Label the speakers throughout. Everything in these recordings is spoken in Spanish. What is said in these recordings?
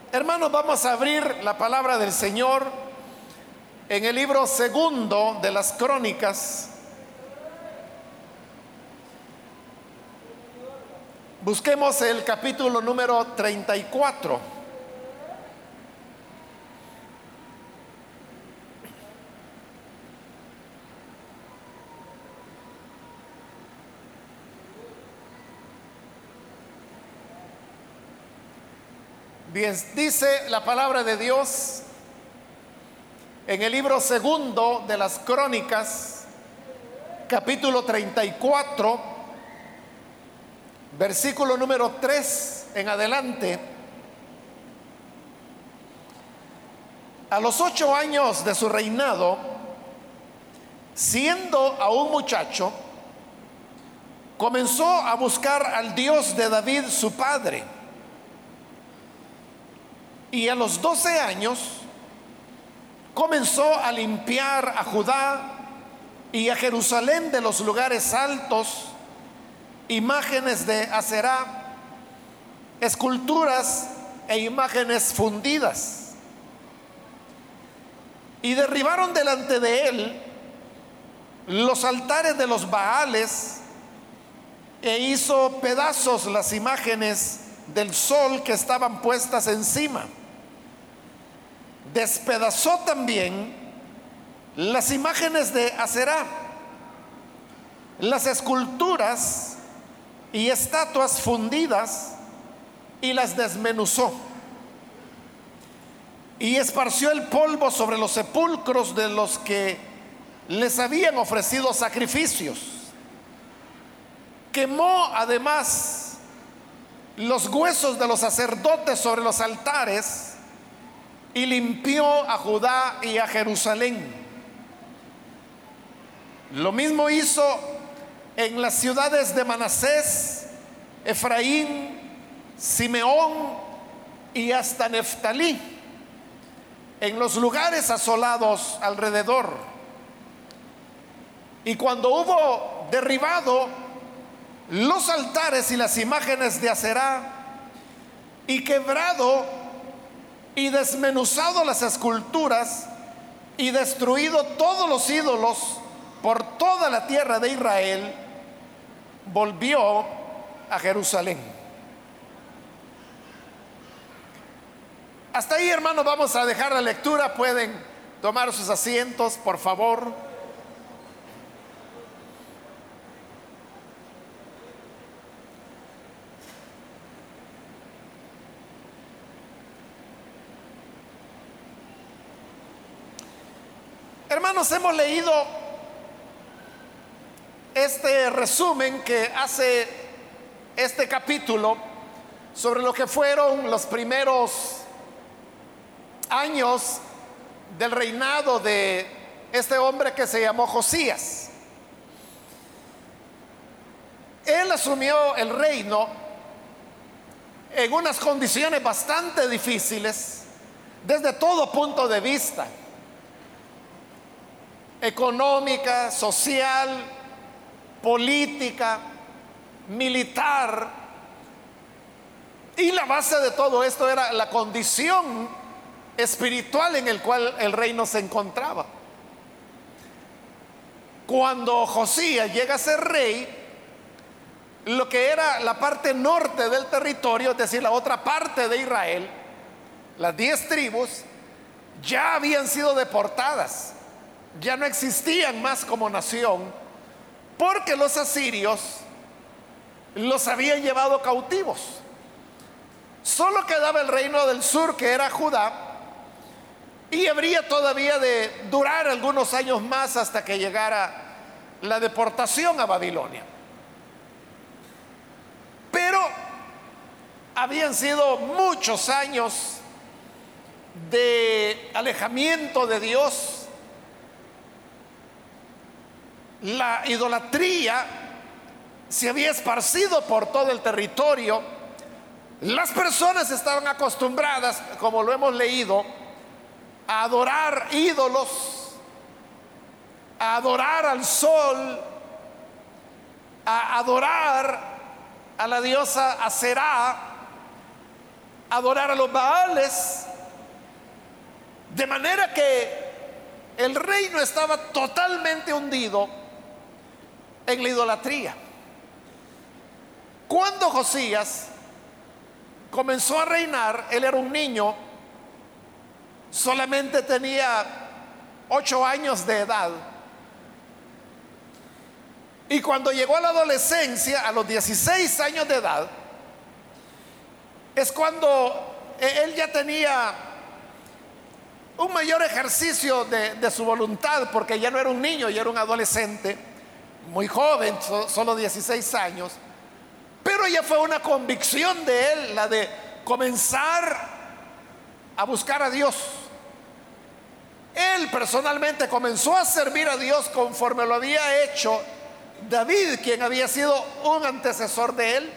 Speaker 1: Hermanos, vamos a abrir la palabra del Señor en el libro segundo de las Crónicas. Busquemos el capítulo número 34. Bien, dice la palabra de Dios en el libro segundo de las Crónicas, capítulo 34, versículo número 3 en adelante. A los 8 años de su reinado, siendo aún muchacho, comenzó a buscar al Dios de David su padre. Y a los 12 años comenzó a limpiar a Judá y a Jerusalén de los lugares altos, imágenes de Aserá, esculturas e imágenes fundidas. Y derribaron delante de él los altares de los Baales e hizo pedazos las imágenes del sol que estaban puestas encima. Despedazó también las imágenes de Aserá, las esculturas y estatuas fundidas, y las desmenuzó. Y esparció el polvo sobre los sepulcros de los que les habían ofrecido sacrificios. Quemó además los huesos de los sacerdotes sobre los altares y limpió a Judá y a Jerusalén. Lo mismo hizo en las ciudades de Manasés, Efraín, Simeón y hasta Neftalí, en los lugares asolados alrededor. Y cuando hubo derribado los altares y las imágenes de Aserá, y quebrado y desmenuzado las esculturas, y destruido todos los ídolos por toda la tierra de Israel, volvió a Jerusalén. Hasta ahí, hermanos, vamos a dejar la lectura. Pueden tomar sus asientos, por favor. Hermanos, hemos leído este resumen que hace este capítulo sobre lo que fueron los primeros años del reinado de este hombre que se llamó Josías. Él asumió el reino en unas condiciones bastante difíciles desde todo punto de vista: económica, social, política, militar. Y la base de todo esto era la condición espiritual en el cual el reino se encontraba. Cuando Josías llega a ser rey, lo que era la parte norte del territorio, es decir, la otra parte de Israel, las 10 tribus, ya habían sido deportadas. Ya no existían más como nación, porque los asirios los habían llevado cautivos. Solo quedaba el reino del sur, que era Judá, y habría todavía de durar algunos años más hasta que llegara la deportación a Babilonia. Pero habían sido muchos años de alejamiento de Dios. La idolatría se había esparcido por todo el territorio. Las personas estaban acostumbradas, como lo hemos leído, a adorar ídolos, a adorar al sol, a adorar a la diosa Aserá, adorar a los Baales, de manera que el reino estaba totalmente hundido en la idolatría. Cuando Josías comenzó a reinar, él era un niño, solamente tenía 8 años de edad. Y cuando llegó a la adolescencia, a los 16 años de edad, es cuando él ya tenía un mayor ejercicio de su voluntad, porque ya no era un niño, ya era un adolescente, muy joven, solo 16 años. Pero ya fue una convicción de él, la de comenzar a buscar a Dios. Él personalmente comenzó a servir a Dios conforme lo había hecho David, quien había sido un antecesor de él.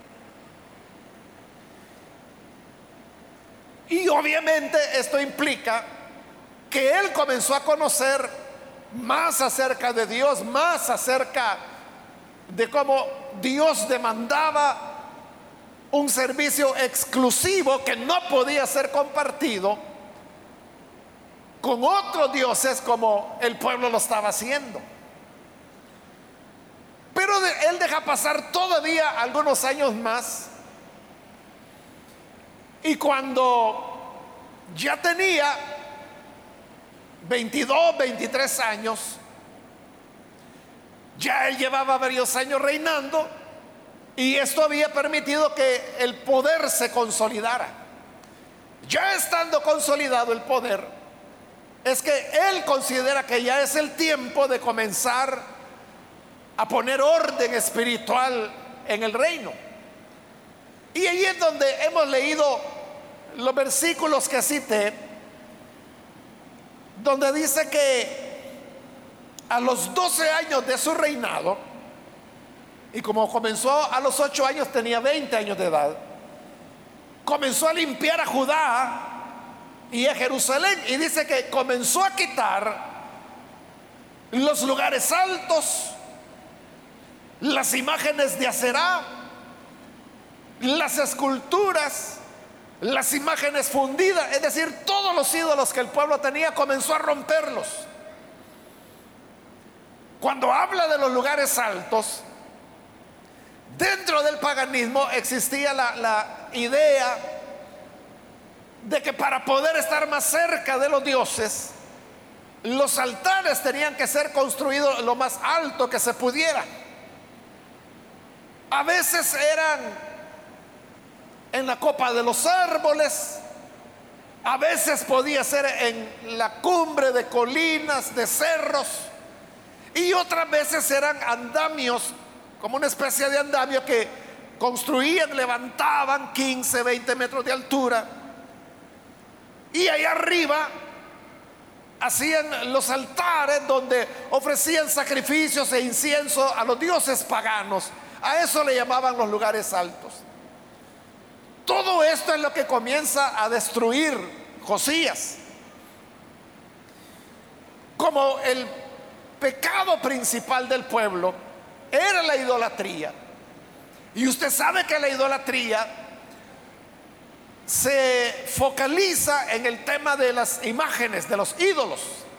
Speaker 1: Y obviamente esto implica que él comenzó a conocer más acerca de Dios, más acerca de cómo Dios demandaba un servicio exclusivo que no podía ser compartido con otros dioses como el pueblo lo estaba haciendo. Pero él deja pasar todavía algunos años más, y cuando ya tenía 22, 23 años, ya él llevaba varios años reinando, y esto había permitido que el poder se consolidara. Ya estando consolidado el poder, es que él considera que ya es el tiempo de comenzar a poner orden espiritual en el reino. Y ahí es donde hemos leído los versículos que cité, donde dice que a los 12 años de su reinado, y como comenzó a los 8 años, tenía 20 años de edad, comenzó a limpiar a Judá y a Jerusalén, y dice que comenzó a quitar los lugares altos, las imágenes de Aserá, las esculturas, las imágenes fundidas, es decir, todos los ídolos que el pueblo tenía, comenzó a romperlos. Cuando habla de los lugares altos, dentro del paganismo existía la idea de que para poder estar más cerca de los dioses, los altares tenían que ser construidos lo más alto que se pudiera. A veces eran en la copa de los árboles, a veces podía ser en la cumbre de colinas, de cerros, y otras veces eran andamios, como una especie de andamio que construían, levantaban 15, 20 metros de altura, y allá arriba hacían los altares donde ofrecían sacrificios e incienso a los dioses paganos. A eso le llamaban los lugares altos. Todo esto es lo que comienza a destruir Josías. Como el pecado principal del pueblo era la idolatría. Y usted sabe que la idolatría se focaliza en el tema de las imágenes, de los ídolos.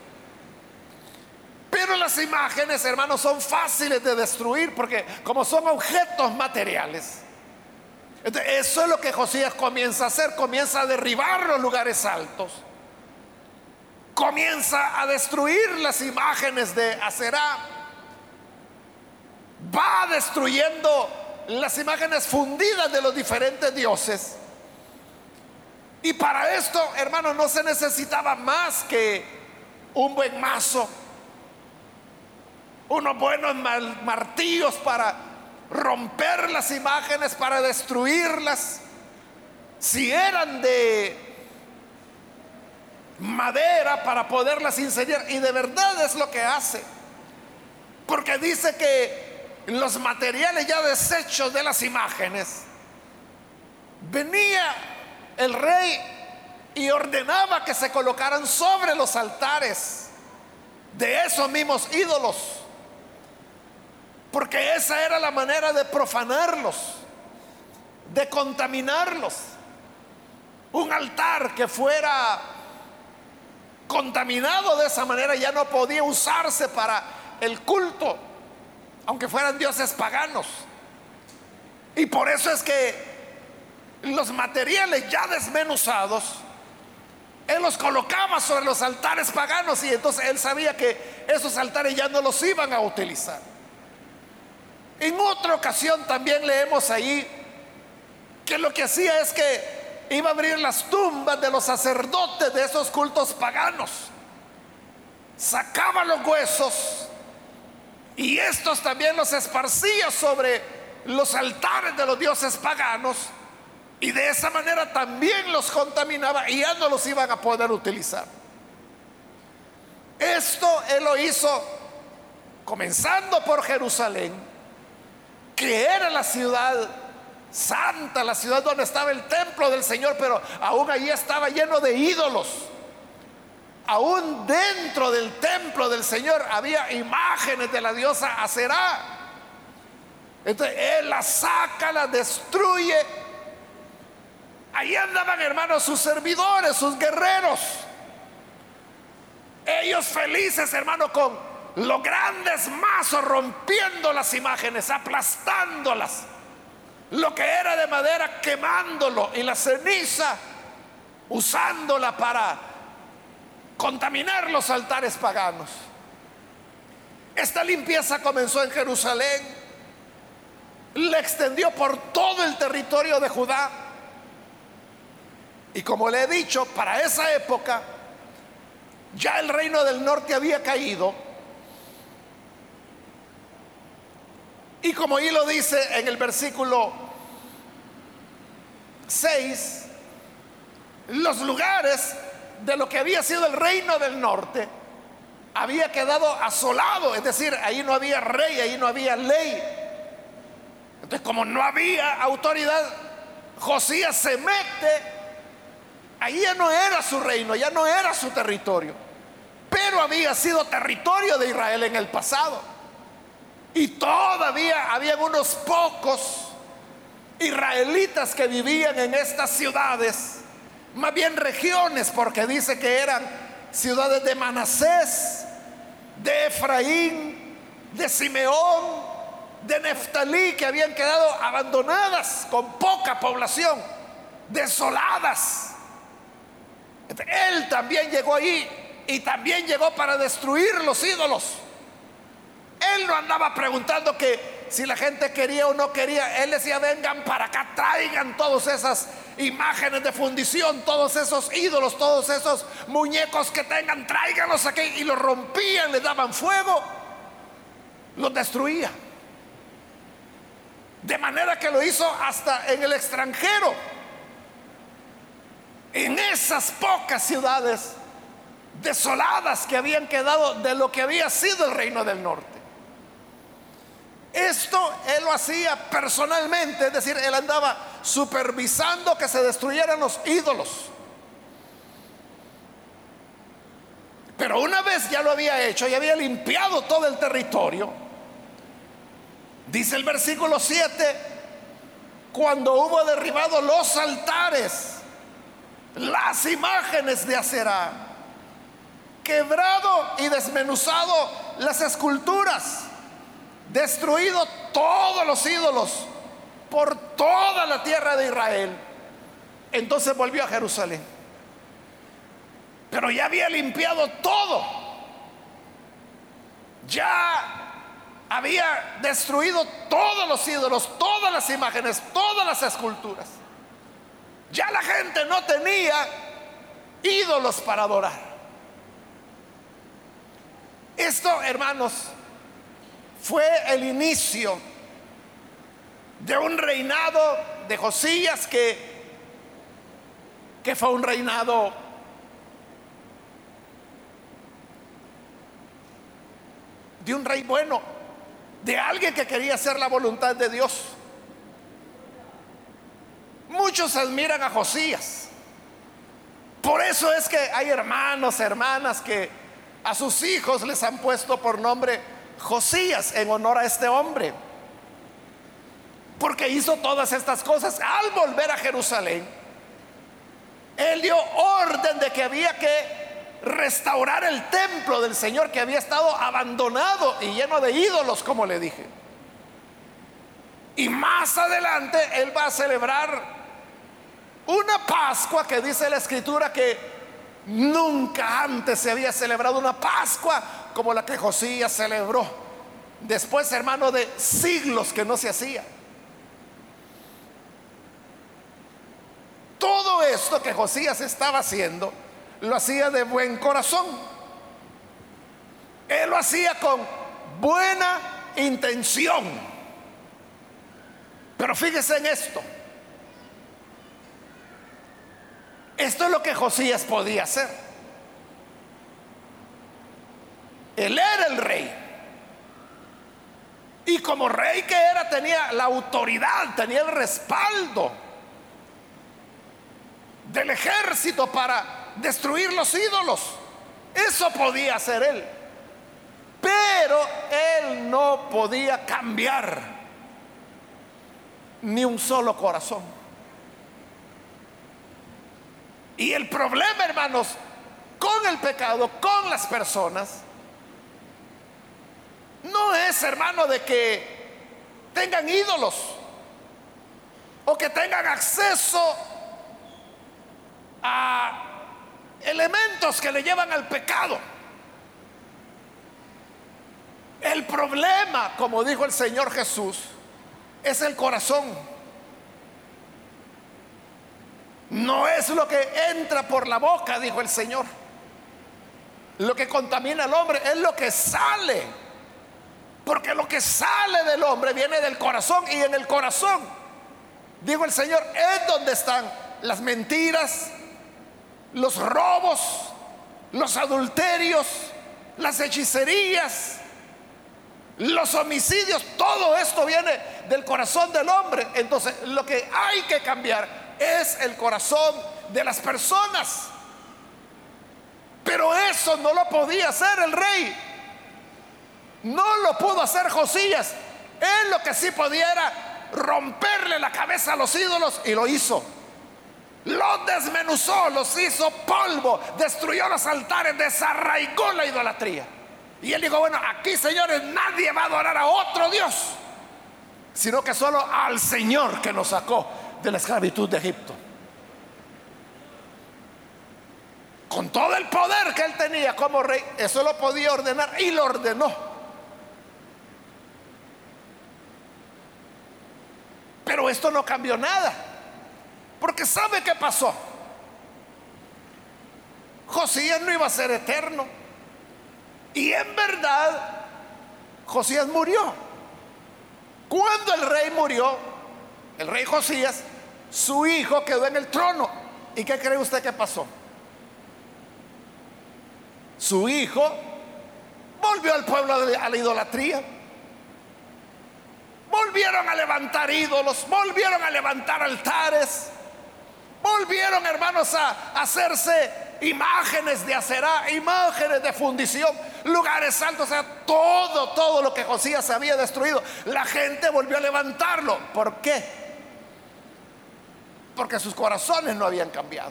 Speaker 1: Pero las imágenes, hermanos, son fáciles de destruir porque como son objetos materiales. Entonces, eso es lo que Josías comienza a hacer. Comienza a derribar los lugares altos, comienza a destruir las imágenes de Aserá, va destruyendo las imágenes fundidas de los diferentes dioses. Y para esto, hermanos, no se necesitaba más que un buen mazo, unos buenos martillos para romper las imágenes, para destruirlas. Si eran de madera, para poderlas incendiar. Y de verdad es lo que hace, porque dice que los materiales ya desechos de las imágenes, venía el rey y ordenaba que se colocaran sobre los altares de esos mismos ídolos, porque esa era la manera de profanarlos, de contaminarlos. un altar que fuera contaminado de esa manera ya no podía usarse para el culto, aunque fueran dioses paganos. Y por eso es que los materiales ya desmenuzados él los colocaba sobre los altares paganos, y entonces él sabía que esos altares ya no los iban a utilizar. En otra ocasión también leemos ahí que lo que hacía es que iba a abrir las tumbas de los sacerdotes de esos cultos paganos, sacaba los huesos y estos también los esparcía sobre los altares de los dioses paganos, y de esa manera también los contaminaba y ya no los iban a poder utilizar. Esto él lo hizo comenzando por Jerusalén, que era la ciudad santa, la ciudad donde estaba el templo del Señor, pero aún allí estaba lleno de ídolos. Aún dentro del templo del Señor había imágenes de la diosa Aserá. Entonces él las saca, las destruye. Ahí andaban, hermanos, sus servidores, sus guerreros, ellos felices, hermano, con los grandes mazos, rompiendo las imágenes, aplastándolas, lo que era de madera quemándolo, y la ceniza usándola para contaminar los altares paganos. Esta limpieza comenzó en Jerusalén, la extendió por todo el territorio de Judá, y como le he dicho, para esa época ya el reino del norte había caído, y como ahí lo dice en el versículo 6, los lugares de lo que había sido el reino del norte había quedado asolado, es decir, ahí no había rey, ahí no había ley. Entonces, como no había autoridad, Josías se mete. Ahí ya no era su reino, ya no era su territorio, pero había sido territorio de Israel en el pasado. Y todavía habían unos pocos israelitas que vivían en estas ciudades, más bien regiones, porque dice que eran ciudades de Manasés, de Efraín, de Simeón, de Neftalí, que habían quedado abandonadas, con poca población, desoladas. Él también llegó ahí, y también llegó para destruir los ídolos. Él no andaba preguntando que si la gente quería o no quería. Él decía: vengan para acá, traigan todas esas imágenes de fundición, todos esos ídolos, todos esos muñecos que tengan, tráiganlos aquí. Y los rompían, les daban fuego, los destruía. De manera que lo hizo hasta en el extranjero, en esas pocas ciudades desoladas que habían quedado de lo que había sido el reino del norte. Esto él lo hacía personalmente, es decir, él andaba supervisando que se destruyeran los ídolos. Pero una vez ya lo había hecho y había limpiado todo el territorio, dice el versículo 7, cuando hubo derribado los altares, las imágenes de Aserá, quebrado y desmenuzado las esculturas, destruido todos los ídolos por toda la tierra de Israel, entonces volvió a Jerusalén. Pero ya había limpiado todo, ya había destruido todos los ídolos, todas las imágenes, todas las esculturas. Ya la gente no tenía ídolos para adorar. Esto, hermanos, fue el inicio de un reinado de Josías que fue un reinado de un rey bueno, de alguien que quería hacer la voluntad de Dios. Muchos admiran a Josías. Por eso es que hay hermanos, hermanas que a sus hijos les han puesto por nombre Josías en honor a este hombre, porque hizo todas estas cosas. Al volver a Jerusalén, dio orden de que había que restaurar el templo del Señor, que había estado abandonado y lleno de ídolos, como le dije. Y más adelante él va a celebrar una Pascua que dice la Escritura que nunca antes se había celebrado una Pascua como la que Josías celebró. Después, hermano, de siglos que no se hacía. Todo esto que Josías estaba haciendo, lo hacía de buen corazón. Él lo hacía con buena intención. Pero fíjese en esto. Esto es lo que Josías podía hacer. Él era el rey. Y como rey que era, tenía la autoridad, tenía el respaldo del ejército para destruir los ídolos. Eso podía hacer él. Pero él no podía cambiar ni un solo corazón. Y el problema, hermanos, con el pecado, con las personas, no es, hermano, de que tengan ídolos o que tengan acceso a elementos que le llevan al pecado. El problema, como dijo el Señor Jesús, es el corazón. No es lo que entra por la boca, dijo el Señor. Lo que contamina al hombre es lo que sale. Porque lo que sale del hombre viene del corazón. Y en el corazón, dijo el Señor, es donde están las mentiras, los robos, los adulterios, las hechicerías, los homicidios. Todo esto viene del corazón del hombre. Entonces lo que hay que cambiar es el corazón de las personas. Pero eso no lo podía hacer el rey. No lo pudo hacer Josías. Él lo que sí podía era romperle la cabeza a los ídolos, y lo hizo. Los desmenuzó, los hizo polvo, destruyó los altares, desarraigó la idolatría. Y él dijo, bueno, aquí, señores, nadie va a adorar a otro Dios, sino que solo al Señor que nos sacó de la esclavitud de Egipto. Con todo el poder que él tenía como rey, eso lo podía ordenar, y lo ordenó. Pero esto no cambió nada, porque ¿sabe qué pasó? Josías no iba a ser eterno. Y en verdad, Josías murió. Cuando el rey murió, el rey Josías, su hijo quedó en el trono. ¿Y qué cree usted que pasó? Su hijo volvió al pueblo a la idolatría. Volvieron a levantar ídolos, volvieron a levantar altares, volvieron, hermanos, a hacerse imágenes de Aserá, imágenes de fundición, lugares altos. O sea, todo lo que Josías había destruido, la gente volvió a levantarlo. ¿Por qué? Porque sus corazones no habían cambiado.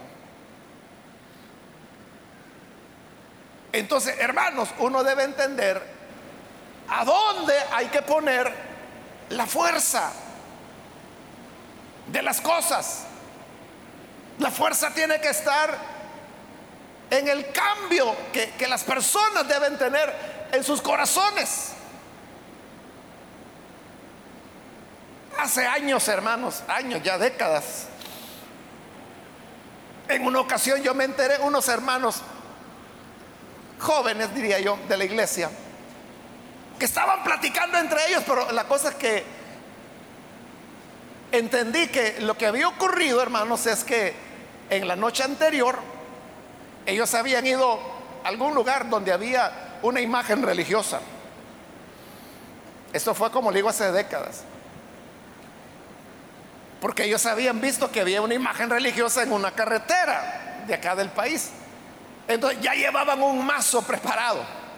Speaker 1: Entonces, hermanos, uno debe entender a dónde hay que poner la fuerza de las cosas. La fuerza tiene que estar en el cambio que las personas deben tener en sus corazones. Hace años, hermanos, años, ya décadas, en una ocasión yo me enteré, unos hermanos jóvenes, diría yo, de la iglesia, que estaban platicando entre ellos. Pero la cosa es que entendí que lo que había ocurrido, hermanos, es que en la noche anterior ellos habían ido a algún lugar donde había una imagen religiosa. Esto fue, como le digo, hace décadas, porque ellos habían visto que había una imagen religiosa en una carretera de acá del país. Entonces ya llevaban un mazo preparado.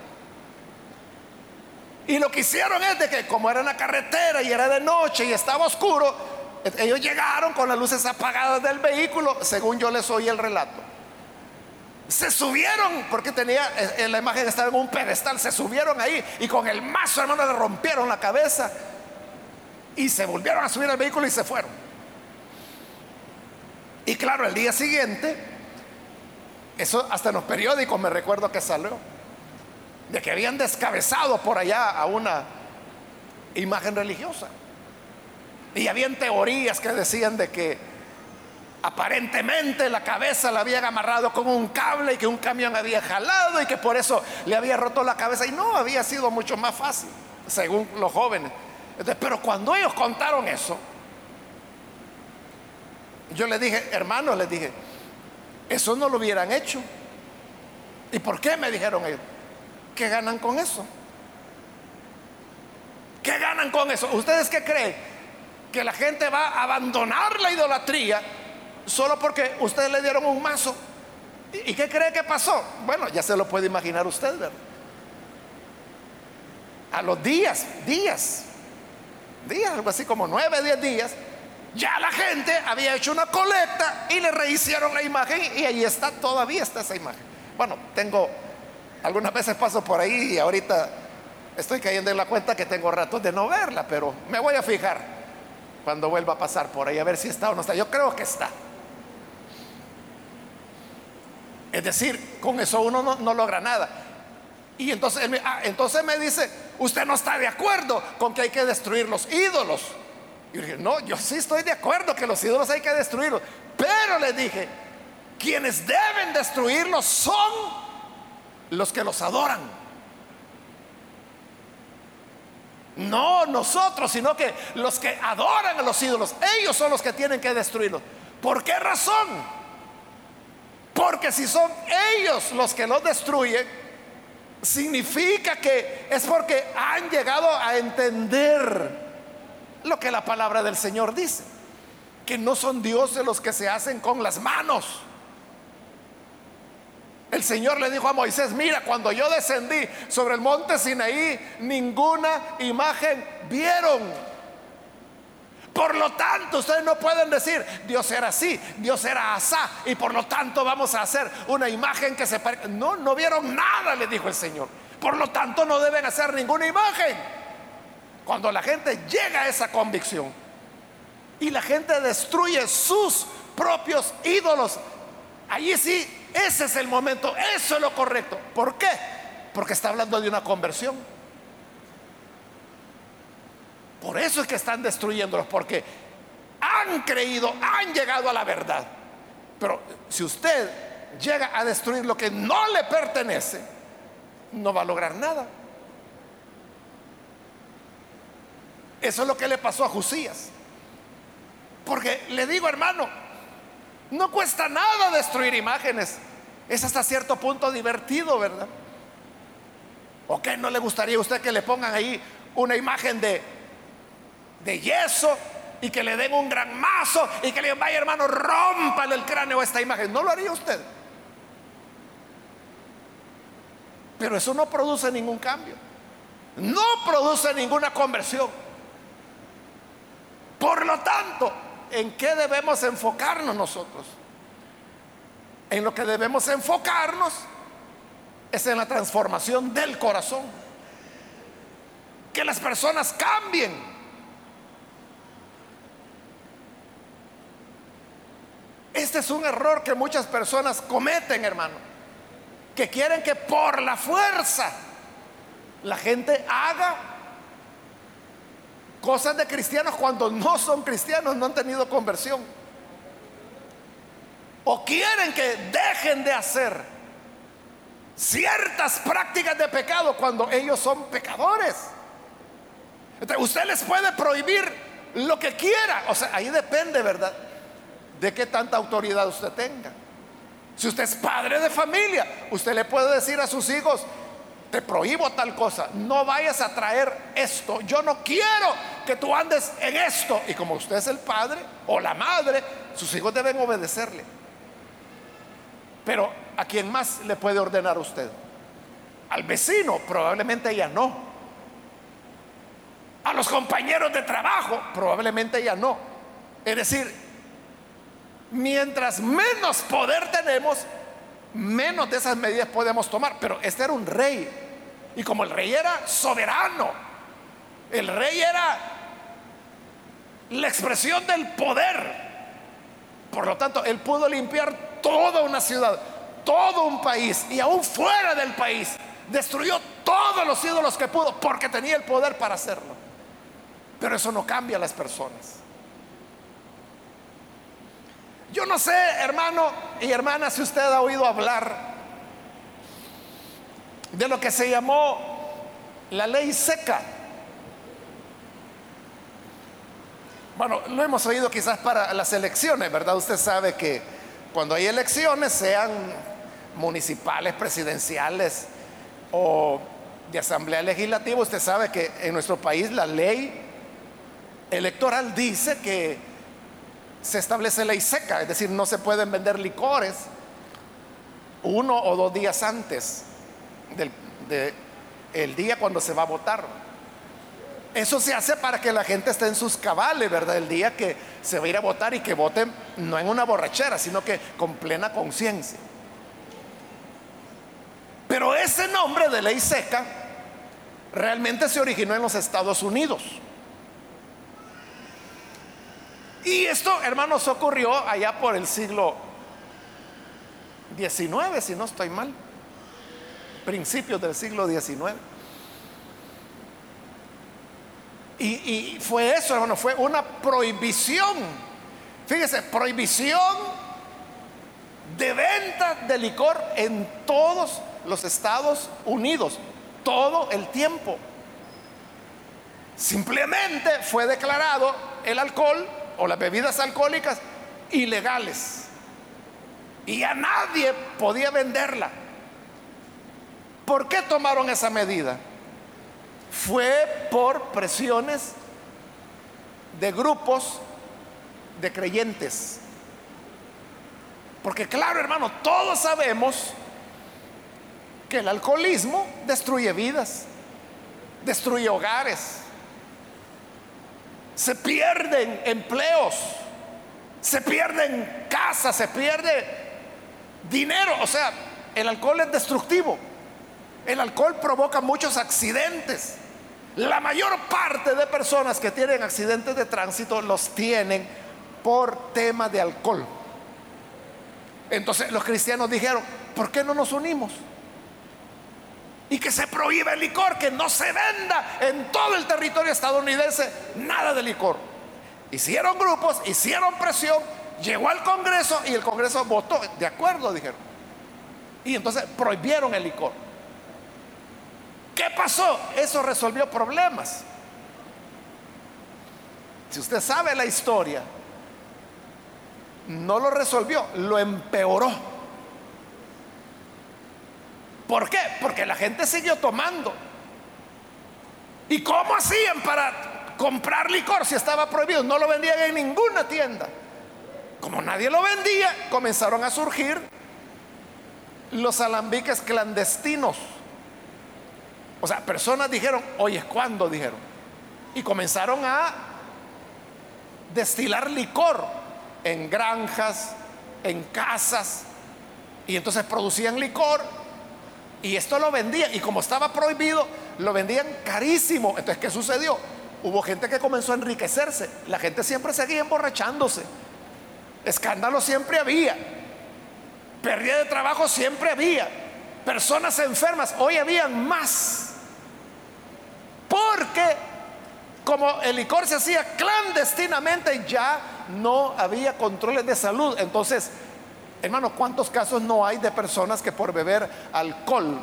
Speaker 1: Y lo que hicieron es de que, como era una carretera y era de noche y estaba oscuro, ellos llegaron con las luces apagadas del vehículo, según yo les oí el relato. Se subieron, porque tenía, la imagen estaba en un pedestal, se subieron ahí y con el mazo, hermano, le rompieron la cabeza y se volvieron a subir al vehículo y se fueron. Y claro, el día siguiente, eso hasta en los periódicos me recuerdo que salió, de que habían descabezado por allá a una imagen religiosa. Y habían teorías que decían de que aparentemente la cabeza la habían amarrado con un cable y que un camión había jalado y que por eso le había roto la cabeza. Y no, había sido mucho más fácil, según los jóvenes. Pero cuando ellos contaron eso, yo les dije, hermanos, les dije, eso no lo hubieran hecho. ¿Y por qué? Me dijeron ellos. ¿Qué ganan con eso? ¿Qué ganan con eso? ¿Ustedes qué creen? ¿Que la gente va a abandonar la idolatría solo porque ustedes le dieron un mazo? ¿Y qué cree que pasó? Bueno, ya se lo puede imaginar usted, ¿verdad? A los días, algo así como 9, 10 días, ya la gente había hecho una colecta y le rehicieron la imagen y ahí está, todavía está esa imagen. Bueno, algunas veces paso por ahí y ahorita estoy cayendo en la cuenta que tengo ratos de no verla, pero me voy a fijar cuando vuelva a pasar por ahí a ver si está o no está. Yo creo que está. Es decir, con eso uno no logra nada. Y entonces entonces me dice, usted no está de acuerdo con que hay que destruir los ídolos. Y yo dije, no, yo sí estoy de acuerdo que los ídolos hay que destruirlos, pero les dije, quienes deben destruirlos son los que los adoran, no nosotros, sino que los que adoran a los ídolos, ellos son los que tienen que destruirlos. ¿Por qué razón? Porque si son ellos los que los destruyen, significa que es porque han llegado a entender lo que la palabra del Señor dice, que no son dioses los que se hacen con las manos. El Señor le dijo a Moisés, mira, cuando yo descendí sobre el monte Sinaí, ninguna imagen vieron. Por lo tanto, ustedes no pueden decir, Dios era así, Dios era asá, y por lo tanto vamos a hacer una imagen que se parezca. No vieron nada, le dijo el Señor. Por lo tanto, no deben hacer ninguna imagen. Cuando la gente llega a esa convicción y la gente destruye sus propios ídolos, allí sí, ese es el momento, eso es lo correcto. ¿Por qué? Porque está hablando de una conversión. Por eso es que están destruyéndolos, porque han creído, han llegado a la verdad. Pero si usted llega a destruir lo que no le pertenece, no va a lograr nada. Eso es lo que le pasó a Josías. Porque le digo, hermano, no cuesta nada destruir imágenes. Es hasta cierto punto divertido, ¿verdad? ¿O qué no le gustaría a usted que le pongan ahí una imagen de yeso y que le den un gran mazo y que le digan, vaya hermano, rómpale el cráneo a esta imagen? ¿No lo haría usted? Pero eso no produce ningún cambio, no produce ninguna conversión. Por lo tanto, ¿en qué debemos enfocarnos nosotros? En lo que debemos enfocarnos es en la transformación del corazón, que las personas cambien. Este es un error que muchas personas cometen, hermano, que quieren que por la fuerza la gente haga cosas de cristianos cuando no son cristianos, no han tenido conversión. O quieren que dejen de hacer ciertas prácticas de pecado cuando ellos son pecadores. Entonces, usted les puede prohibir lo que quiera. O sea, ahí depende, ¿verdad?, de qué tanta autoridad usted tenga. Si usted es padre de familia, usted le puede decir a sus hijos, te prohíbo tal cosa, no vayas a traer esto, yo no quiero que tú andes en esto. Y como usted es el padre o la madre, sus hijos deben obedecerle. Pero ¿a quién más le puede ordenar usted? Al vecino, probablemente ya no. A los compañeros de trabajo, probablemente ya no. Es decir, mientras menos poder tenemos, menos de esas medidas podemos tomar. Pero este era un rey, y como el rey era soberano, el rey era la expresión del poder, por lo tanto él pudo limpiar toda una ciudad, todo un país, y aún fuera del país destruyó todos los ídolos que pudo, porque tenía el poder para hacerlo. Pero eso no cambia a las personas. Yo no sé, hermano y hermana, si usted ha oído hablar de lo que se llamó la ley seca. Bueno, lo hemos oído quizás para las elecciones, ¿verdad? Usted sabe que cuando hay elecciones, sean municipales, presidenciales o de asamblea legislativa, usted sabe que en nuestro país la ley electoral dice que se establece ley seca, es decir, no se pueden vender licores 1 o 2 días antes del día cuando se va a votar. Eso se hace para que la gente esté en sus cabales, ¿verdad? El día que se va a ir a votar, y que voten no en una borrachera, sino que con plena conciencia. Pero ese nombre de ley seca realmente se originó en los Estados Unidos. Y esto, hermanos, ocurrió allá por el siglo XIX, si no estoy mal, principios del siglo XIX. Y fue eso, hermano, fue una prohibición. Fíjese, prohibición de venta de licor en todos los Estados Unidos, todo el tiempo. Simplemente fue declarado el alcohol o las bebidas alcohólicas ilegales, y a nadie podía venderla. ¿Por qué tomaron esa medida? Fue por presiones de grupos de creyentes. Porque claro, hermano, todos sabemos que el alcoholismo destruye vidas, destruye hogares, se pierden empleos, se pierden casas, se pierde dinero. O sea, el alcohol es destructivo. El alcohol provoca muchos accidentes. La mayor parte de personas que tienen accidentes de tránsito los tienen por tema de alcohol. Entonces los cristianos dijeron: ¿por qué no nos unimos? Y que se prohíbe el licor, que no se venda en todo el territorio estadounidense nada de licor. Hicieron grupos, hicieron presión, llegó al Congreso y el Congreso votó de acuerdo, dijeron. Y entonces prohibieron el licor. ¿Qué pasó? Eso resolvió problemas. Si usted sabe la historia, no lo resolvió, lo empeoró. ¿Por qué? Porque la gente siguió tomando. ¿Y cómo hacían para comprar licor si estaba prohibido? No lo vendían en ninguna tienda. Como nadie lo vendía, comenzaron a surgir los alambiques clandestinos. O sea, personas dijeron: oye, ¿cuándo? Dijeron. Y comenzaron a destilar licor en granjas, en casas. Y entonces producían licor y esto lo vendían. Y como estaba prohibido, lo vendían carísimo. Entonces, ¿qué sucedió? Hubo gente que comenzó a enriquecerse. La gente siempre seguía emborrachándose. Escándalos siempre había. Pérdida de trabajo siempre había. Personas enfermas, hoy habían más. Porque como el licor se hacía clandestinamente, ya no había controles de salud. Entonces, hermano, ¿cuántos casos no hay de personas que por beber alcohol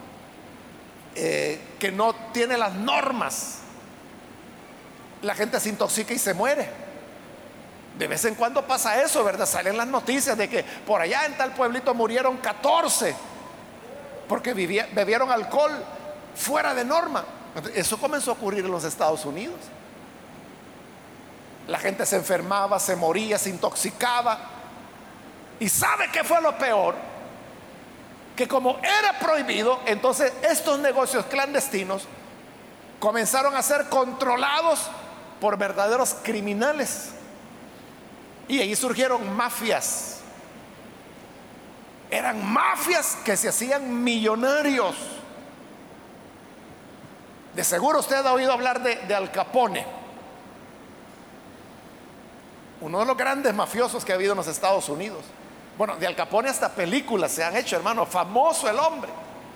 Speaker 1: que no tiene las normas, la gente se intoxica y se muere? De vez en cuando pasa eso, ¿verdad? Salen las noticias de que por allá en tal pueblito murieron 14 porque bebieron alcohol fuera de norma. Eso comenzó a ocurrir en los Estados Unidos. La gente se enfermaba, se moría, se intoxicaba. ¿Y sabe qué fue lo peor? Que como era prohibido, entonces estos negocios clandestinos comenzaron a ser controlados por verdaderos criminales. Y ahí surgieron mafias. Eran mafias que se hacían millonarios. De seguro usted ha oído hablar de Al Capone, uno de los grandes mafiosos que ha habido en los Estados Unidos. Bueno, de Al Capone hasta películas se han hecho, hermano, famoso el hombre.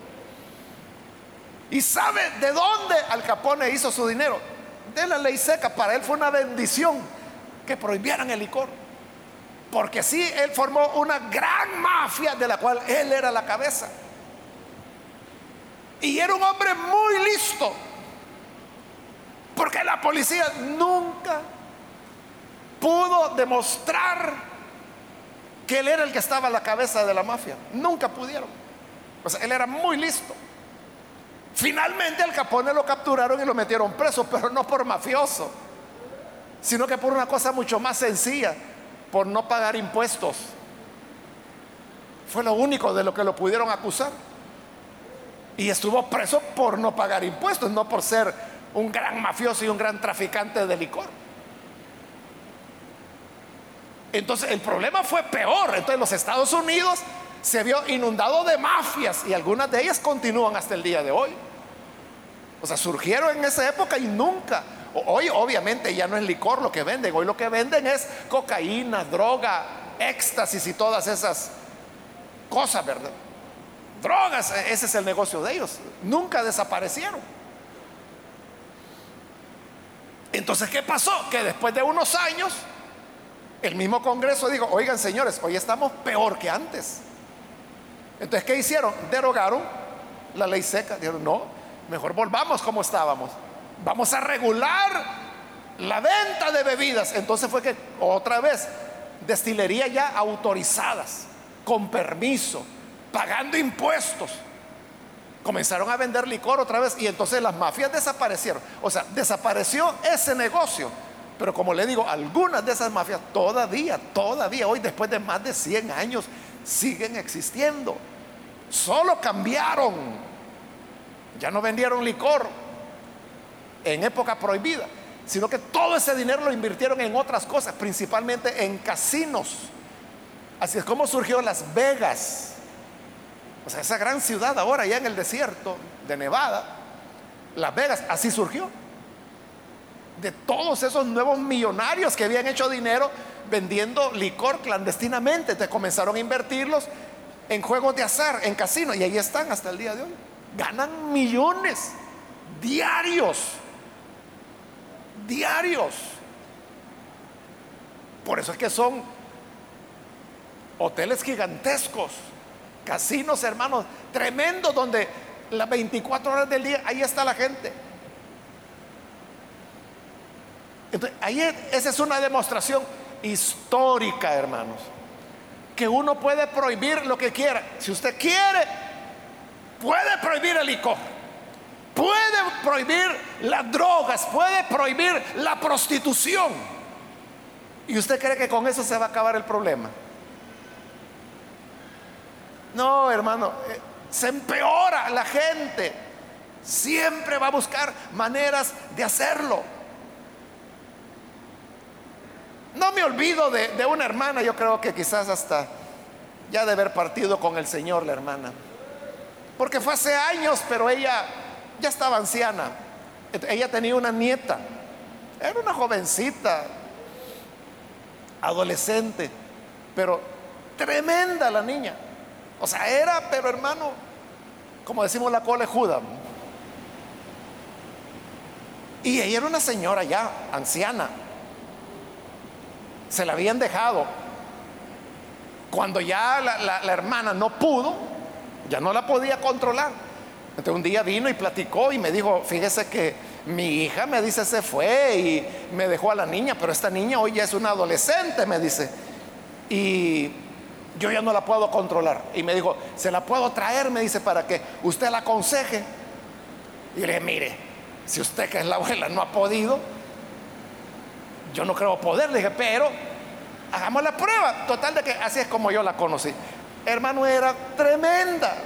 Speaker 1: ¿Y sabe de dónde Al Capone hizo su dinero? De la ley seca. Para él fue una bendición que prohibieran el licor, porque sí, él formó una gran mafia de la cual él era la cabeza. Y era un hombre muy listo, porque la policía nunca pudo demostrar que él era el que estaba a la cabeza de la mafia. Nunca pudieron. O sea, él era muy listo. Finalmente Al Capone lo capturaron y lo metieron preso, pero no por mafioso, sino que por una cosa mucho más sencilla: por no pagar impuestos. Fue lo único de lo que lo pudieron acusar. Y estuvo preso por no pagar impuestos, no por ser un gran mafioso y un gran traficante de licor. Entonces el problema fue peor. Entonces los Estados Unidos se vio inundado de mafias, y algunas de ellas continúan hasta el día de hoy. O sea, surgieron en esa época y nunca. Hoy obviamente ya no es licor lo que venden. Hoy lo que venden es cocaína, droga, éxtasis y todas esas cosas, ¿verdad? Drogas, ese es el negocio de ellos. Nunca desaparecieron. Entonces, ¿qué pasó? Que después de unos años el mismo Congreso dijo: oigan, señores, hoy estamos peor que antes. Entonces, ¿qué hicieron? Derogaron la ley seca. Dijeron: no, mejor volvamos como estábamos. Vamos a regular la venta de bebidas. Entonces fue que otra vez, destilerías ya autorizadas, con permiso, pagando impuestos, comenzaron a vender licor otra vez. Y entonces las mafias desaparecieron. O sea, desapareció ese negocio. Pero como le digo, algunas de esas mafias todavía hoy, después de más de 100 años, siguen existiendo. Solo cambiaron. Ya no vendieron licor en época prohibida, sino que todo ese dinero lo invirtieron en otras cosas, principalmente en casinos. Así es como surgió Las Vegas. O sea, esa gran ciudad ahora ya en el desierto de Nevada, Las Vegas, así surgió. De todos esos nuevos millonarios que habían hecho dinero vendiendo licor clandestinamente, te comenzaron a invertirlos en juegos de azar, en casinos, y ahí están hasta el día de hoy. Ganan millones diarios. Por eso es que son hoteles gigantescos, casinos, hermanos, tremendos, donde las 24 horas del día ahí está la gente. Entonces, ahí esa es una demostración histórica, hermanos, que uno puede prohibir lo que quiera. Si usted quiere, puede prohibir el licor, puede prohibir las drogas, puede prohibir la prostitución. ¿Y usted cree que con eso se va a acabar el problema? No, hermano, se empeora. La gente siempre va a buscar maneras de hacerlo. No me olvido de una hermana, yo creo que quizás hasta ya de haber partido con el Señor la hermana, porque fue hace años, pero ella ya estaba anciana. Ella tenía una nieta, era una jovencita, adolescente, pero tremenda la niña. O sea, era, pero hermano, como decimos, la colejuda. Y ella era una señora ya anciana. Se la habían dejado. Cuando ya la hermana no pudo, ya no la podía controlar. Entonces un día vino y platicó y me dijo: fíjese que mi hija, me dice, se fue y me dejó a la niña, pero esta niña hoy ya es una adolescente, me dice, y yo ya no la puedo controlar. Y me dijo: se la puedo traer, me dice, para que usted la aconseje. Y le dije: mire, si usted, que es la abuela, no ha podido, yo no creo poder. Le dije: pero hagamos la prueba. Total de que así es como yo la conocí. Hermano, era tremenda.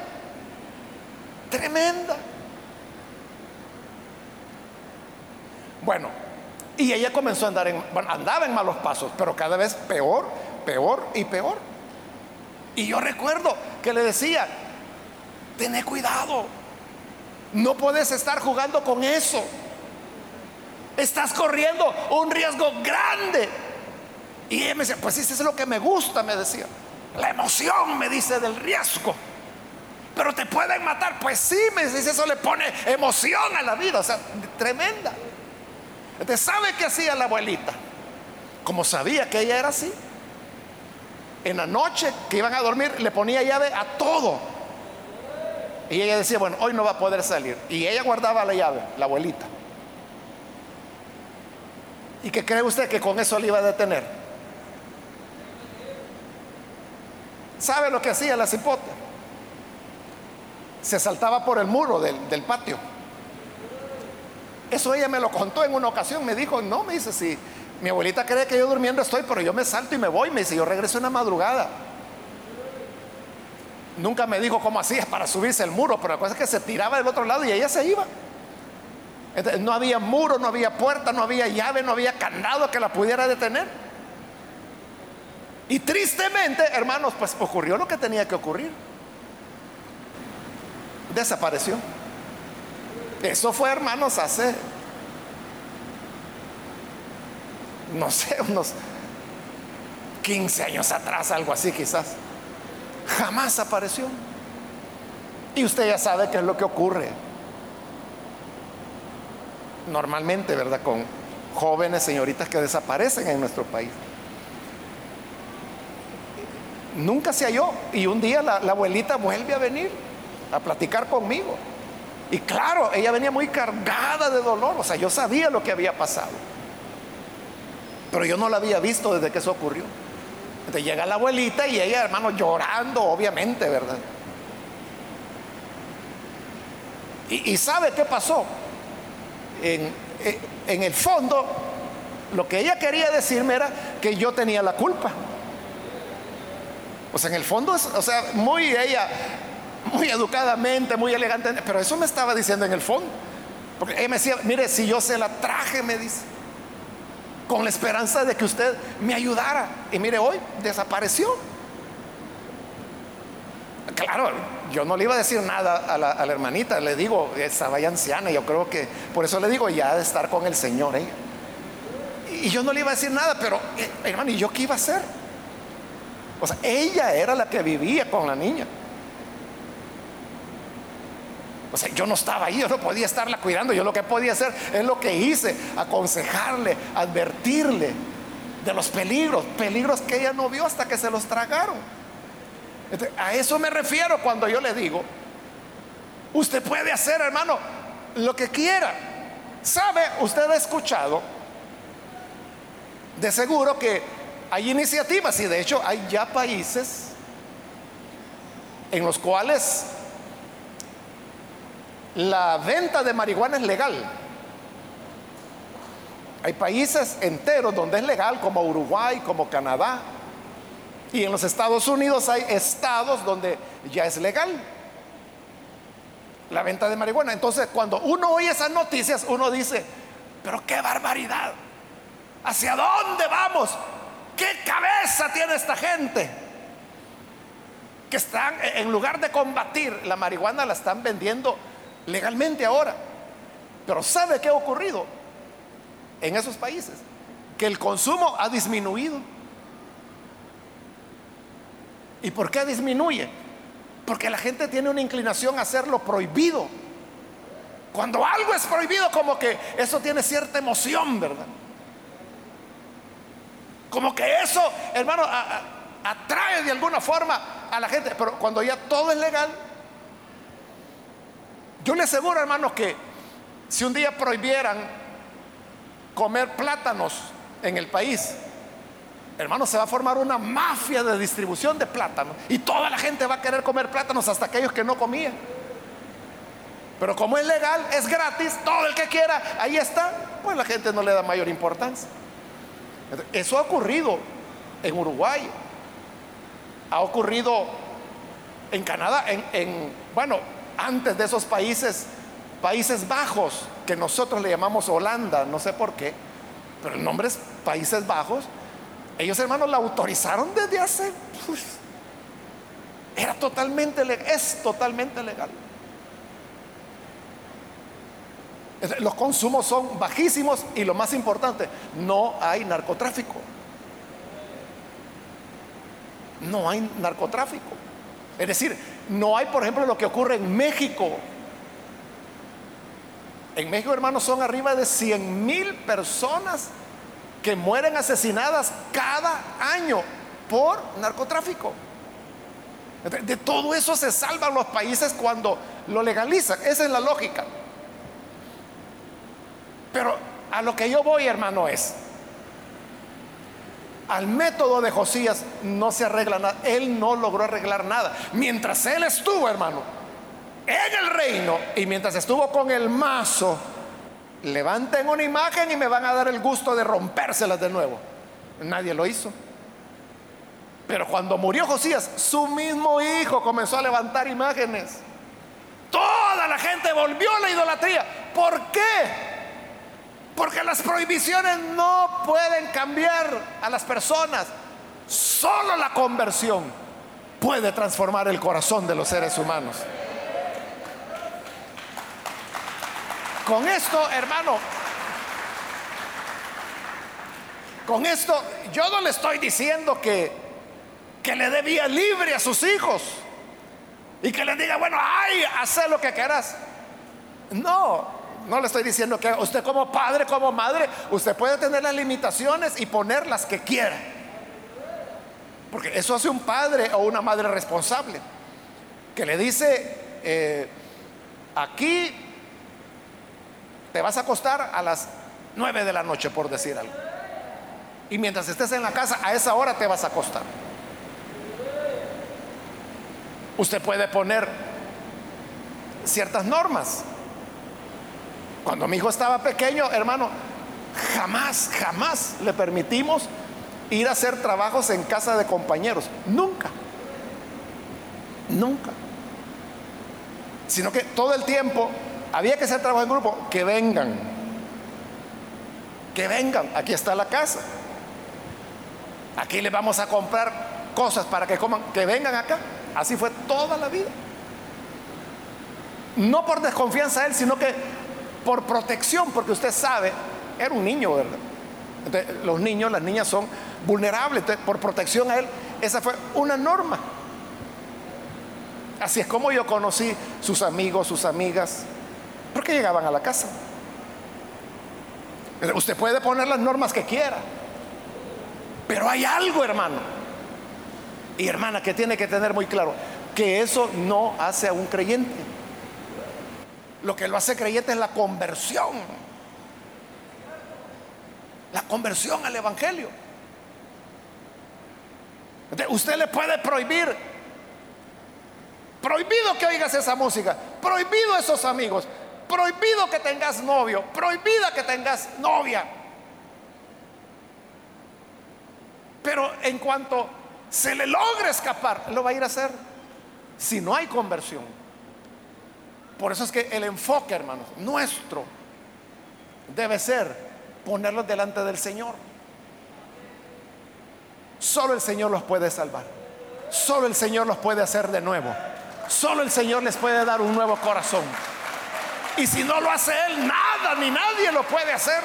Speaker 1: Bueno, y ella comenzó a andar andaba en malos pasos, pero cada vez peor y peor. Y yo recuerdo que le decía, tené cuidado, no puedes estar jugando con eso, estás corriendo un riesgo grande. Y ella me decía, pues eso es lo que me gusta, me decía, la emoción, me dice, del riesgo. Pero te pueden matar. Pues sí, me dice, eso le pone emoción a la vida, o sea, tremenda. Entonces, ¿sabe qué hacía la abuelita? Como sabía que ella era así, en la noche que iban a dormir, le ponía llave a todo. Y ella decía, bueno, hoy no va a poder salir. Y ella guardaba la llave, la abuelita. ¿Y qué cree usted que con eso le iba a detener? ¿Sabe lo que hacía la cipote? Se saltaba por el muro del patio. Eso ella me lo contó en una ocasión. Me dijo, no, me dice, si mi abuelita cree que yo durmiendo estoy, pero yo me salto y me voy. Me dice, yo regreso en la madrugada. Nunca me dijo cómo hacía para subirse el muro, pero la cosa es que se tiraba del otro lado y ella se iba. Entonces, no había muro, no había puerta, no había llave, no había candado que la pudiera detener. Y tristemente, hermanos, pues ocurrió lo que tenía que ocurrir. Desapareció. Eso fue, hermanos, hace, no sé, unos 15 años atrás, algo así quizás. Jamás apareció. Y usted ya sabe qué es lo que ocurre normalmente, ¿verdad? Con jóvenes, señoritas que desaparecen en nuestro país. Nunca se halló. Y un día la abuelita vuelve a venir a platicar conmigo. Y claro, ella venía muy cargada de dolor. O sea, yo sabía lo que había pasado, pero yo no la había visto desde que eso ocurrió. Entonces llega la abuelita y ella, hermano, llorando, obviamente, ¿verdad? Y ¿sabe qué pasó? En el fondo, lo que ella quería decirme era que yo tenía la culpa. O sea, en el fondo, o sea, ella, muy educadamente, muy elegantemente, pero eso me estaba diciendo en el fondo. Porque ella me decía, mire, si yo se la traje, me dice, con la esperanza de que usted me ayudara. Y mire, hoy desapareció. Claro, yo no le iba a decir nada a la hermanita. Le digo, estaba ya anciana. Yo creo que, por eso le digo, ya de estar con el Señor ella. Y yo no le iba a decir nada, pero hermano, ¿y yo qué iba a hacer? O sea, ella era la que vivía con la niña. O sea, yo no estaba ahí, yo no podía estarla cuidando. Yo lo que podía hacer es lo que hice: aconsejarle, advertirle de los peligros que ella no vio hasta que se los tragaron. Entonces, a eso me refiero cuando yo le digo, usted puede hacer, hermano, lo que quiera. ¿Sabe? Usted ha escuchado de seguro que hay iniciativas, y de hecho hay ya países en los cuales la venta de marihuana es legal. Hay países enteros donde es legal, como Uruguay, como Canadá. Y en los Estados Unidos hay estados donde ya es legal la venta de marihuana. Entonces, cuando uno oye esas noticias, uno dice, pero qué barbaridad, ¿hacia dónde vamos? ¿Qué cabeza tiene esta gente? Que están, en lugar de combatir la marihuana, la están vendiendo legalmente ahora. Pero ¿sabe qué ha ocurrido en esos países? Que el consumo ha disminuido. ¿Y por qué disminuye? Porque la gente tiene una inclinación a hacerlo prohibido. Cuando algo es prohibido, como que eso tiene cierta emoción, ¿verdad? Como que eso, hermano, atrae de alguna forma a la gente. Pero cuando ya todo es legal, yo le aseguro, hermano, que si un día prohibieran comer plátanos en el país, hermano, se va a formar una mafia de distribución de plátanos y toda la gente va a querer comer plátanos, hasta aquellos que no comían. Pero como es legal, es gratis, todo el que quiera, ahí está, pues la gente no le da mayor importancia. Eso ha ocurrido en Uruguay, ha ocurrido en Canadá, bueno, antes de esos Países Bajos, que nosotros le llamamos Holanda, no sé por qué, pero el nombre es Países Bajos. Ellos, hermanos, la autorizaron desde hace Era totalmente legal, es totalmente legal. Los consumos son bajísimos y lo más importante, no hay narcotráfico. No hay narcotráfico. Es decir, no hay, por ejemplo, lo que ocurre en México. En México, hermanos, son arriba de 100,000 personas que mueren asesinadas cada año por narcotráfico. De todo eso se salvan los países cuando lo legalizan. Esa es la lógica. Pero a lo que yo voy, hermano, es al método de Josías no se arregla nada. Él no logró arreglar nada. Mientras él estuvo, hermano, en el reino, y mientras estuvo con el mazo, levanten una imagen y me van a dar el gusto de rompérselas de nuevo. Nadie lo hizo. Pero cuando murió Josías, su mismo hijo comenzó a levantar imágenes. Toda la gente volvió a la idolatría. ¿Por qué? Porque las prohibiciones no pueden cambiar a las personas. Solo la conversión puede transformar el corazón de los seres humanos. Con esto, hermano, con esto yo no le estoy diciendo que le dé vía libre a sus hijos y que le diga, bueno, ay, haz lo que quieras. No le estoy diciendo que usted como padre, como madre, usted puede tener las limitaciones y poner las que quiera, porque eso hace un padre o una madre responsable, que le dice, aquí te vas a acostar a las 9 de la noche, por decir algo, y mientras estés en la casa, a esa hora te vas a acostar. Usted puede poner ciertas normas. Cuando mi hijo estaba pequeño, hermano, jamás le permitimos ir a hacer trabajos en casa de compañeros. Nunca. Sino que todo el tiempo había que hacer trabajo en grupo. Que vengan, aquí está la casa. Aquí les vamos a comprar cosas para que coman. Que vengan acá. Así fue toda la vida. No por desconfianza a él, sino que por protección, porque usted sabe, era un niño, ¿verdad? Entonces, los niños, las niñas son vulnerables. Entonces, por protección a él, esa fue una norma. Así es como yo conocí sus amigos, sus amigas, porque llegaban a la casa. Usted puede poner las normas que quiera, pero hay algo, hermano y hermana, que tiene que tener muy claro, que eso no hace a un creyente. Lo que lo hace creyente es la conversión al evangelio. Usted le puede prohibir, prohibido que oigas esa música, prohibido esos amigos, prohibido que tengas novio, prohibida que tengas novia, pero en cuanto se le logre escapar, lo va a ir a hacer si no hay conversión. Por eso es que el enfoque, hermanos, nuestro debe ser ponerlos delante del Señor. Solo el Señor los puede salvar. Solo el Señor los puede hacer de nuevo. Solo el Señor les puede dar un nuevo corazón. Y si no lo hace Él, nada ni nadie lo puede hacer.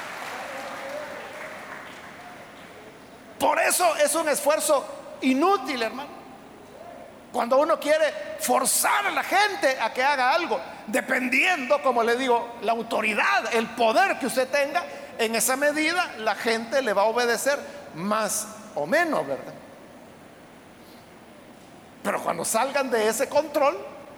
Speaker 1: Por eso es un esfuerzo inútil, hermano. Cuando uno quiere forzar a la gente a que haga algo, dependiendo, como le digo, la autoridad, el poder que usted tenga, en esa medida la gente le va a obedecer más o menos, ¿verdad? Pero cuando salgan de ese control,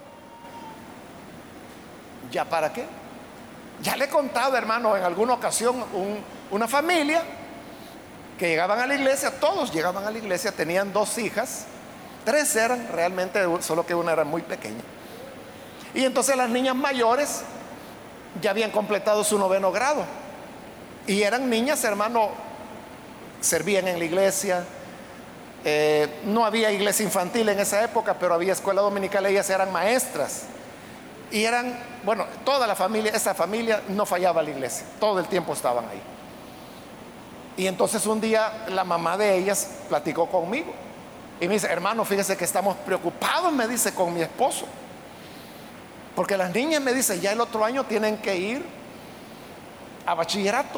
Speaker 1: ¿ya para qué? Ya le he contado, hermano, en alguna ocasión una familia que llegaban a la iglesia, todos llegaban a la iglesia, tenían 2 hijas, 3 eran realmente, solo que una era muy pequeña. Y entonces las niñas mayores ya habían completado su 9º grado. Y eran niñas, hermano, servían en la iglesia. No había iglesia infantil en esa época, pero había escuela dominical, ellas eran maestras. Y eran, bueno, toda la familia, esa familia no fallaba a la iglesia, todo el tiempo estaban ahí. Y entonces un día la mamá de ellas platicó conmigo Y me dice, hermano, fíjese que estamos preocupados, me dice, con mi esposo. Porque las niñas, me dice, ya el otro año tienen que ir a bachillerato.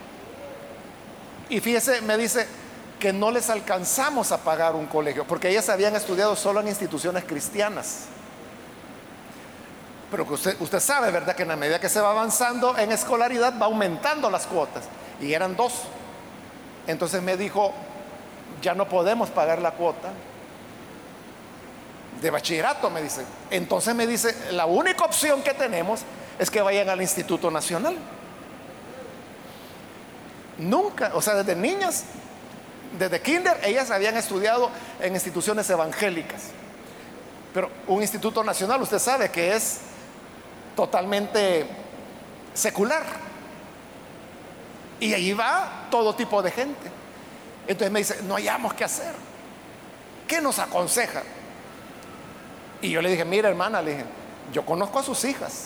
Speaker 1: Y fíjese, me dice, que no les alcanzamos a pagar un colegio, porque ellas habían estudiado solo en instituciones cristianas. Pero que usted sabe, ¿verdad?, que en la medida que se va avanzando en escolaridad va aumentando las cuotas. Y eran 2. Entonces me dijo, ya no podemos pagar la cuota de bachillerato, me dice. Entonces me dice, la única opción que tenemos es que vayan al Instituto Nacional. Nunca, o sea, desde niñas, desde kinder, ellas habían estudiado en instituciones evangélicas. Pero un instituto nacional, usted sabe que es totalmente secular. Y allí va todo tipo de gente. Entonces me dice, no hallamos qué hacer. ¿Qué nos aconseja? Y yo le dije, mira, hermana, le dije, yo conozco a sus hijas.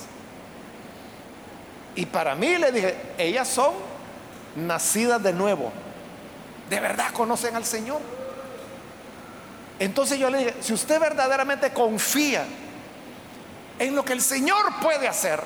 Speaker 1: Y para mí, le dije, ellas son nacidas de nuevo. De verdad conocen al Señor. Entonces yo le dije, si usted verdaderamente confía en lo que el Señor puede hacer,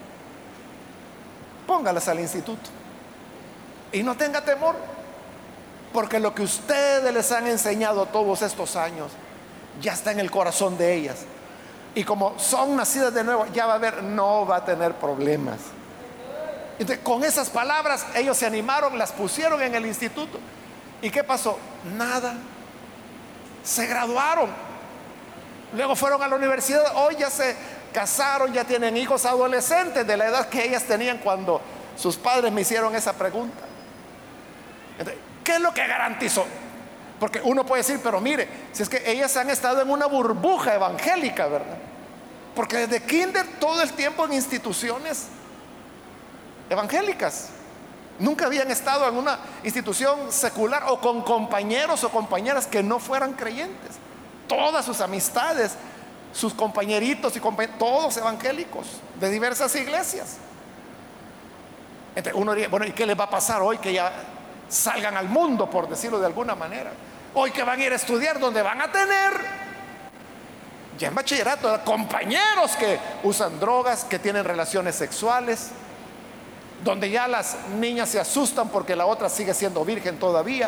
Speaker 1: póngalas al instituto y no tenga temor, porque lo que ustedes les han enseñado todos estos años ya está en el corazón de ellas. Y como son nacidas de nuevo, ya va a ver, no va a tener problemas. Entonces, con esas palabras ellos se animaron, las pusieron en el instituto. ¿Y qué pasó? Nada. Se graduaron. Luego fueron a la universidad. Hoy ya se casaron, ya tienen hijos adolescentes de la edad que ellas tenían cuando sus padres me hicieron esa pregunta. Entonces, ¿qué es lo que garantizó? Porque uno puede decir, pero mire, si es que ellas han estado en una burbuja evangélica, ¿verdad? Porque desde kinder todo el tiempo en instituciones evangélicas. Nunca habían estado en una institución secular o con compañeros o compañeras que no fueran creyentes. Todas sus amistades, sus compañeritos y todos evangélicos de diversas iglesias. Entonces uno diría, bueno, ¿y qué les va a pasar hoy que ya salgan al mundo, por decirlo de alguna manera? Hoy que van a ir a estudiar, donde van a tener ya en bachillerato compañeros que usan drogas, que tienen relaciones sexuales, donde ya las niñas se asustan porque la otra sigue siendo virgen todavía.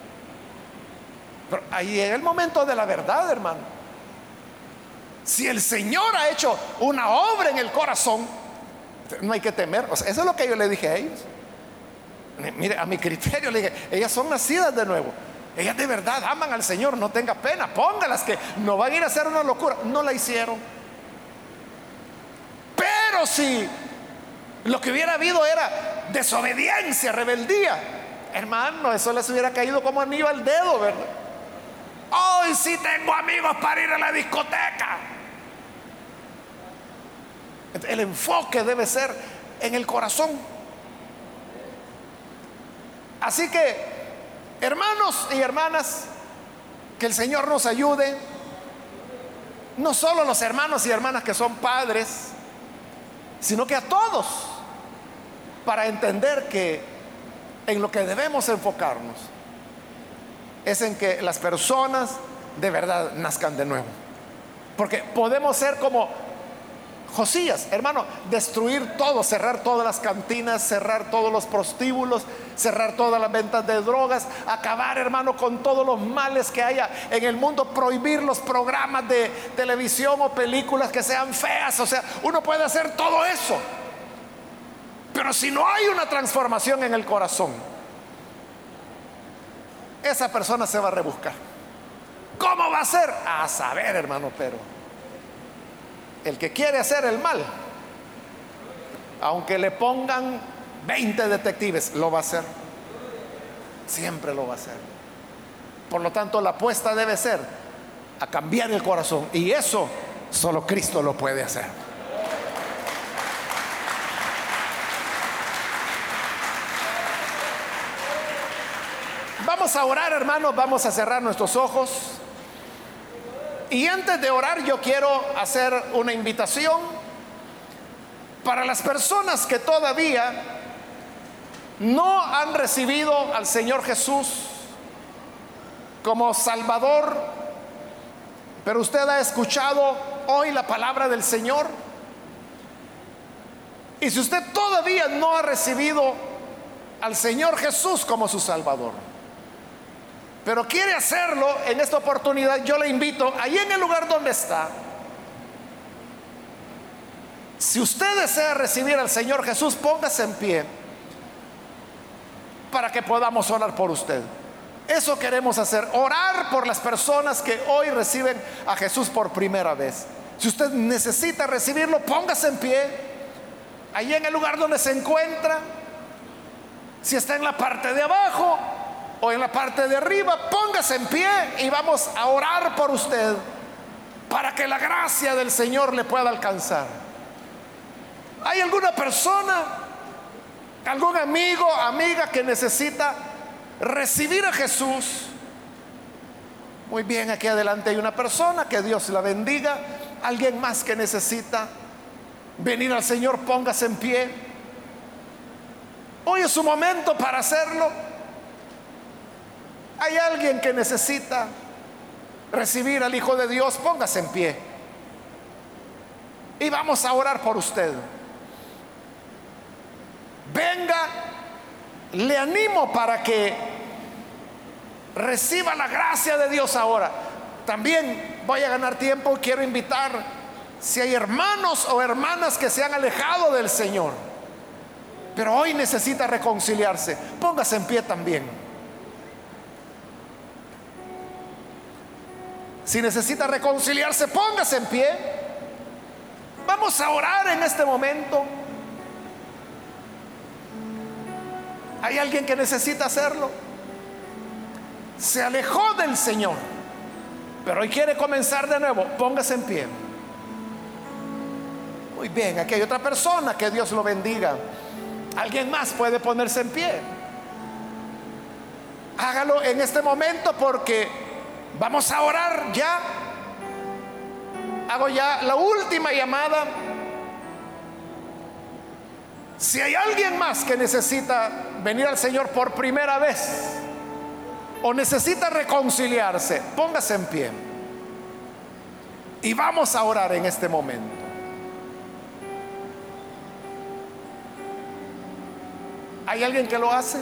Speaker 1: Pero ahí es el momento de la verdad, hermano. Si el Señor ha hecho una obra en el corazón, no hay que temer. O sea, eso es lo que yo le dije a ellos. Mire, a mi criterio le dije, ellas son nacidas de nuevo, ellas de verdad aman al Señor, no tenga pena, póngalas, que no van a ir a hacer una locura. No la hicieron. Pero si lo que hubiera habido era desobediencia, rebeldía, hermano, eso les hubiera caído como anillo al dedo, ¿verdad? Hoy sí tengo amigos para ir a la discoteca. El enfoque debe ser en el corazón. Así que, hermanos y hermanas, que el Señor nos ayude, no solo a los hermanos y hermanas que son padres, sino que a todos, para entender que en lo que debemos enfocarnos es en que las personas de verdad nazcan de nuevo. Porque podemos ser como Josías, hermano, destruir todo, cerrar todas las cantinas, cerrar todos los prostíbulos, cerrar todas las ventas de drogas, acabar, hermano, con todos los males que haya en el mundo, prohibir los programas de televisión o películas que sean feas. O sea, uno puede hacer todo eso, pero si no hay una transformación en el corazón, esa persona se va a rebuscar. ¿Cómo va a ser? A saber, hermano, pero el que quiere hacer el mal, aunque le pongan 20 detectives, lo va a hacer. Siempre lo va a hacer. Por lo tanto, la apuesta debe ser a cambiar el corazón, y eso solo Cristo lo puede hacer. Vamos a orar, hermanos, vamos a cerrar nuestros ojos. Y antes de orar, yo quiero hacer una invitación para las personas que todavía no han recibido al Señor Jesús como Salvador Pero usted ha escuchado hoy la palabra del Señor. Y si usted todavía no ha recibido al Señor Jesús como su Salvador, pero quiere hacerlo en esta oportunidad, yo le invito, ahí en el lugar donde está, si usted desea recibir al Señor Jesús, póngase en pie para que podamos orar por usted. Eso queremos hacer, orar por las personas que hoy reciben a Jesús por primera vez. Si usted necesita recibirlo, póngase en pie, ahí en el lugar donde se encuentra. Si está en la parte de abajo o en la parte de arriba, póngase en pie y vamos a orar por usted para que la gracia del Señor le pueda alcanzar. ¿Hay alguna persona, algún amigo, amiga que necesita recibir a Jesús? Muy bien, aquí adelante hay una persona, que Dios la bendiga. Alguien más que necesita venir al Señor, póngase en pie. Hoy es su momento para hacerlo. Hay alguien que necesita recibir al Hijo de Dios, póngase en pie y vamos a orar por usted. Venga, le animo para que reciba la gracia de Dios ahora. También voy a ganar tiempo. Quiero invitar, si hay hermanos o hermanas que se han alejado del Señor, pero hoy necesita reconciliarse, póngase en pie también. Si necesita reconciliarse, póngase en pie. Vamos a orar en este momento. ¿Hay alguien que necesita hacerlo? Se alejó del Señor, pero hoy quiere comenzar de nuevo, póngase en pie. Muy bien, aquí hay otra persona, que Dios lo bendiga. Alguien más puede ponerse en pie. Hágalo en este momento, porque vamos a orar ya. Hago ya la última llamada. Si hay alguien más que necesita venir al Señor por primera vez o necesita reconciliarse, póngase en pie y vamos a orar en este momento. ¿Hay alguien que lo hace?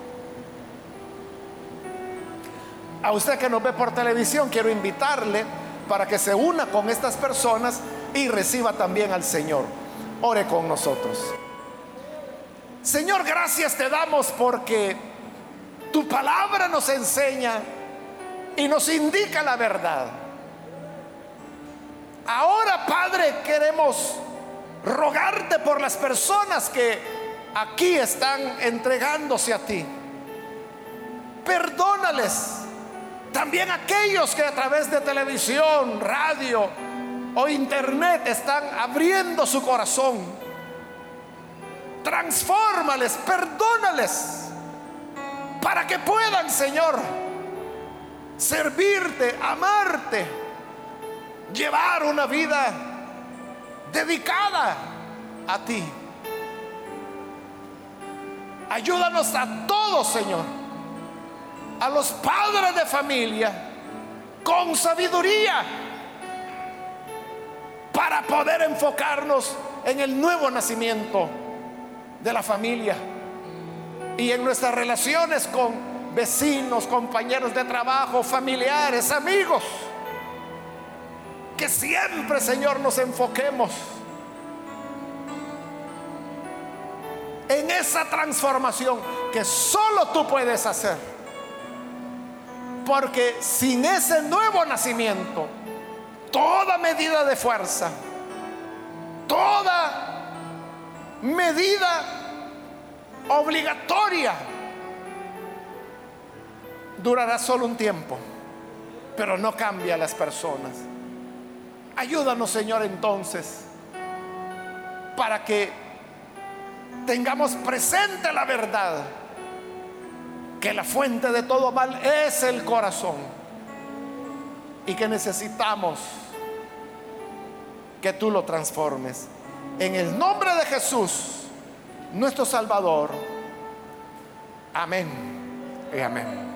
Speaker 1: A usted que nos ve por televisión, quiero invitarle para que se una con estas personas y reciba también al Señor. Ore con nosotros. Señor, gracias te damos porque tu palabra nos enseña y nos indica la verdad. Ahora, Padre, queremos rogarte por las personas que aquí están entregándose a ti. Perdónales. También aquellos que a través de televisión, radio o internet están abriendo su corazón. Transfórmales, perdónales, para que puedan, Señor, servirte, amarte, llevar una vida dedicada a ti. Ayúdanos a todos, Señor, a los padres de familia, con sabiduría, para poder enfocarnos en el nuevo nacimiento de la familia y en nuestras relaciones con vecinos, compañeros de trabajo, familiares, amigos. Que siempre, Señor, nos enfoquemos en esa transformación que solo tú puedes hacer, porque sin ese nuevo nacimiento, toda medida de fuerza, toda medida obligatoria durará solo un tiempo, pero no cambia a las personas. Ayúdanos, Señor, entonces, para que tengamos presente la verdad, que la fuente de todo mal es el corazón y que necesitamos que tú lo transformes. En el nombre de Jesús, nuestro Salvador. Amén y amén.